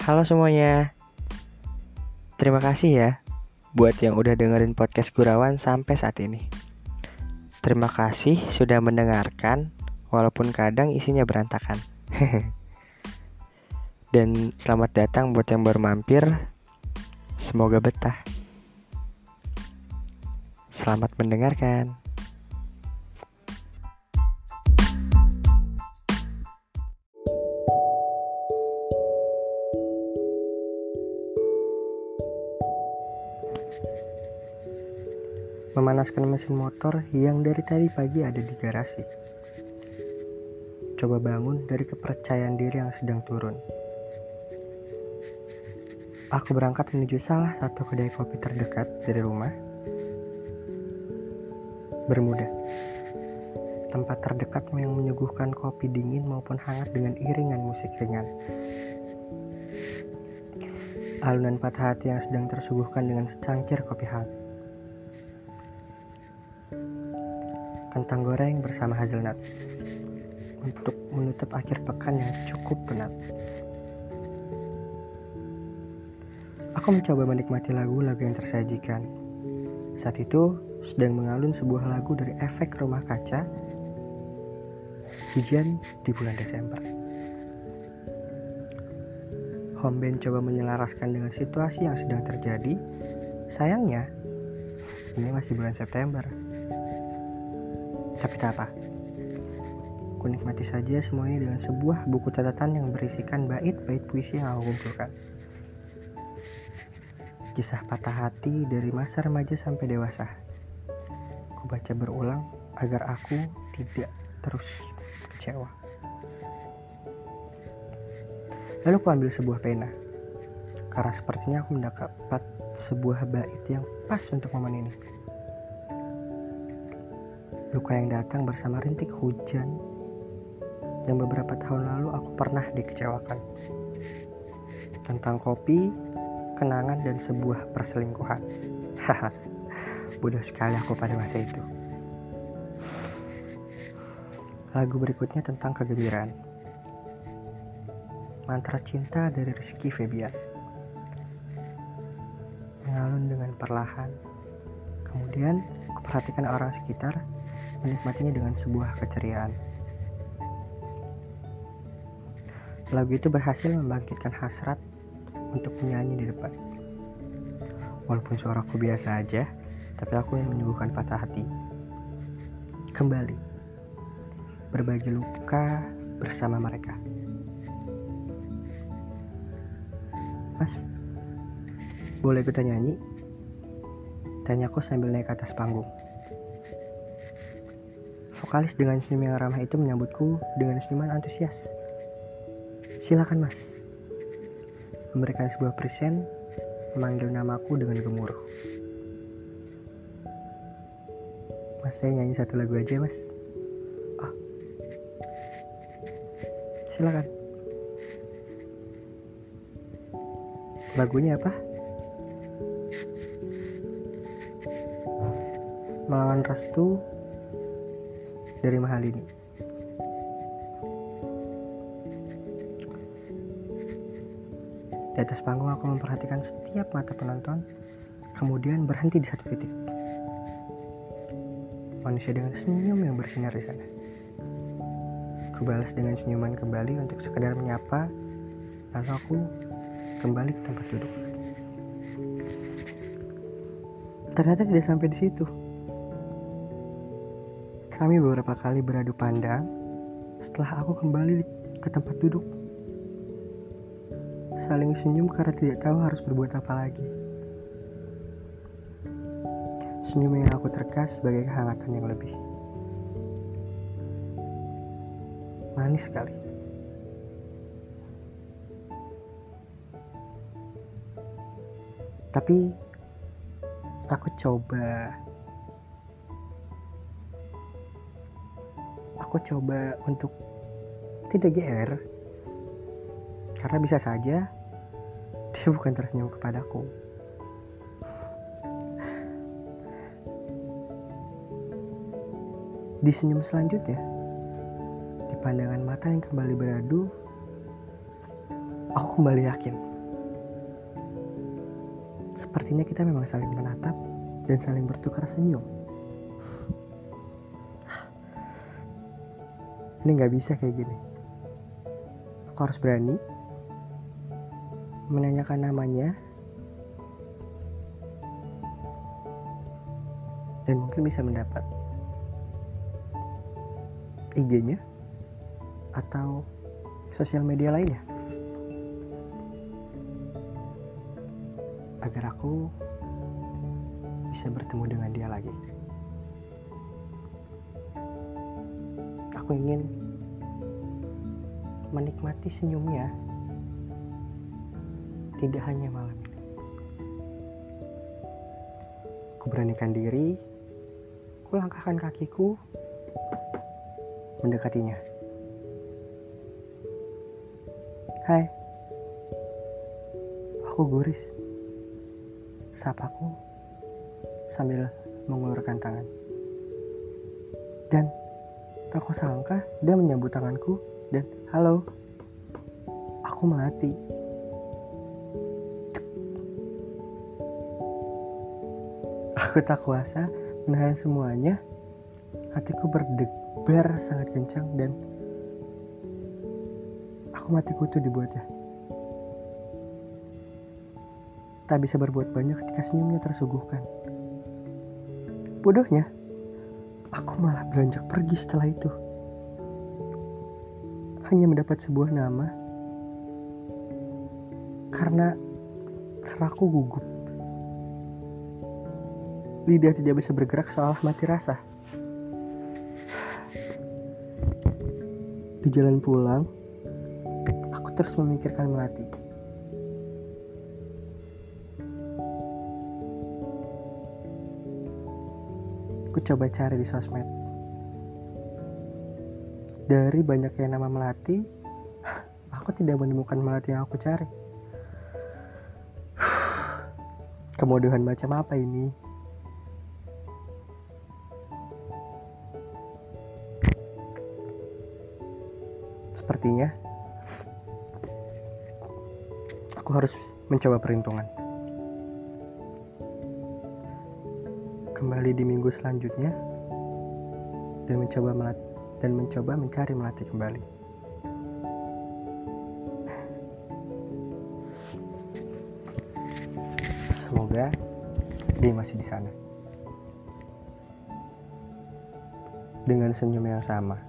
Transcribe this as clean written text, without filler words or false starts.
Halo semuanya, terima kasih ya buat yang udah dengerin podcast Gurawan sampai saat ini. Terima kasih sudah mendengarkan, walaupun kadang isinya berantakan. Dan selamat datang buat yang baru mampir, semoga betah. Selamat mendengarkan. Memanaskan mesin motor yang dari tadi pagi ada di garasi. Coba bangun dari kepercayaan diri yang sedang turun. Aku berangkat menuju salah satu kedai kopi terdekat dari rumah. Bermuda, tempat terdekat yang menyuguhkan kopi dingin maupun hangat dengan iringan musik ringan. Alunan patah hati yang sedang tersuguhkan dengan secangkir kopi hangat. Kentang goreng bersama hazelnut untuk menutup akhir pekan yang cukup penat. Aku mencoba menikmati lagu-lagu yang tersajikan. Saat itu sedang mengalun sebuah lagu dari Efek Rumah Kaca, Hujan di bulan Desember. Home band coba menyelaraskan dengan situasi yang sedang terjadi. Sayangnya, ini masih bulan September. Tapi tak apa. Ku nikmati saja semuanya dengan sebuah buku catatan yang berisikan bait-bait puisi yang aku kumpulkan. Kisah patah hati dari masa remaja sampai dewasa. Ku baca berulang agar aku tidak terus kecewa. Lalu ku ambil sebuah pena. Karena sepertinya aku mendapat sebuah bait yang pas untuk momen ini. Luka yang datang bersama rintik hujan yang beberapa tahun lalu aku pernah dikecewakan. Tentang kopi, kenangan, dan sebuah perselingkuhan. Haha, bodoh sekali aku pada masa itu. Lagu berikutnya tentang kegembiraan. Mantra Cinta dari Rizky Febian. Mengalun dengan perlahan. Kemudian aku perhatikan orang sekitar menikmatinya dengan sebuah keceriaan. Lagu itu berhasil membangkitkan hasrat untuk menyanyi di depan. Walaupun suaraku biasa aja, tapi aku yang menyembuhkan patah hati. Kembali berbagi luka bersama mereka. Mas, boleh ikutan nyanyi? Tanyaku sambil naik ke atas panggung. Vokalis dengan senyum yang ramah itu menyambutku dengan senyuman antusias. Silakan mas. Memberikan sebuah present, memanggil namaku dengan gemuruh. Mas, saya nyanyi satu lagu aja mas. Oh, silakan. Lagunya apa? Melawan Restu dari Mahalini. Di atas panggung aku memperhatikan setiap mata penonton, kemudian berhenti di satu titik. Manusia dengan senyum yang bersinar di sana. Ku balas dengan senyuman kembali untuk sekedar menyapa, lalu aku kembali ke tempat duduk. Ternyata tidak sampai di situ. Kami beberapa kali beradu pandang setelah aku kembali ke tempat duduk. Saling senyum karena tidak tahu harus berbuat apa lagi. Senyum yang aku terka sebagai kehangatan yang lebih. Manis sekali. Tapi aku coba untuk tidak GR, karena bisa saja dia bukan tersenyum kepadaku. Di senyum selanjutnya, di pandangan mata yang kembali beradu, aku kembali yakin Sepertinya kita memang saling menatap dan saling bertukar senyum. Ini gak bisa kayak gini. Aku harus berani menanyakan namanya dan mungkin bisa mendapat IG-nya atau sosial media lainnya agar aku bisa bertemu dengan dia lagi. Aku ingin menikmati senyumnya tidak hanya malam ini. Aku beranikan diri, aku langkahkan kakiku mendekatinya. Hai, aku Guris. Sapaku sambil mengulurkan tangan. Dan tak aku sangka dia menyambut tanganku dan halo. Aku Melati. Aku tak kuasa menahan semuanya. Hatiku berdebar sangat kencang dan aku mati kutu dibuatnya. Tak bisa berbuat banyak ketika senyumnya tersuguhkan. Bodohnya, aku malah beranjak pergi setelah itu. Hanya mendapat sebuah nama karena aku gugup. Lidah tidak bisa bergerak seolah mati rasa. Di jalan pulang, aku terus memikirkan Melati. Aku coba cari di sosmed. Dari banyaknya nama Melati, aku tidak menemukan Melati yang aku cari. Kemodohan macam apa ini? Sepertinya aku harus mencoba perhitungan. Kembali di minggu selanjutnya dan mencoba mencari Melati kembali. Semoga dia masih di sana dengan senyum yang sama.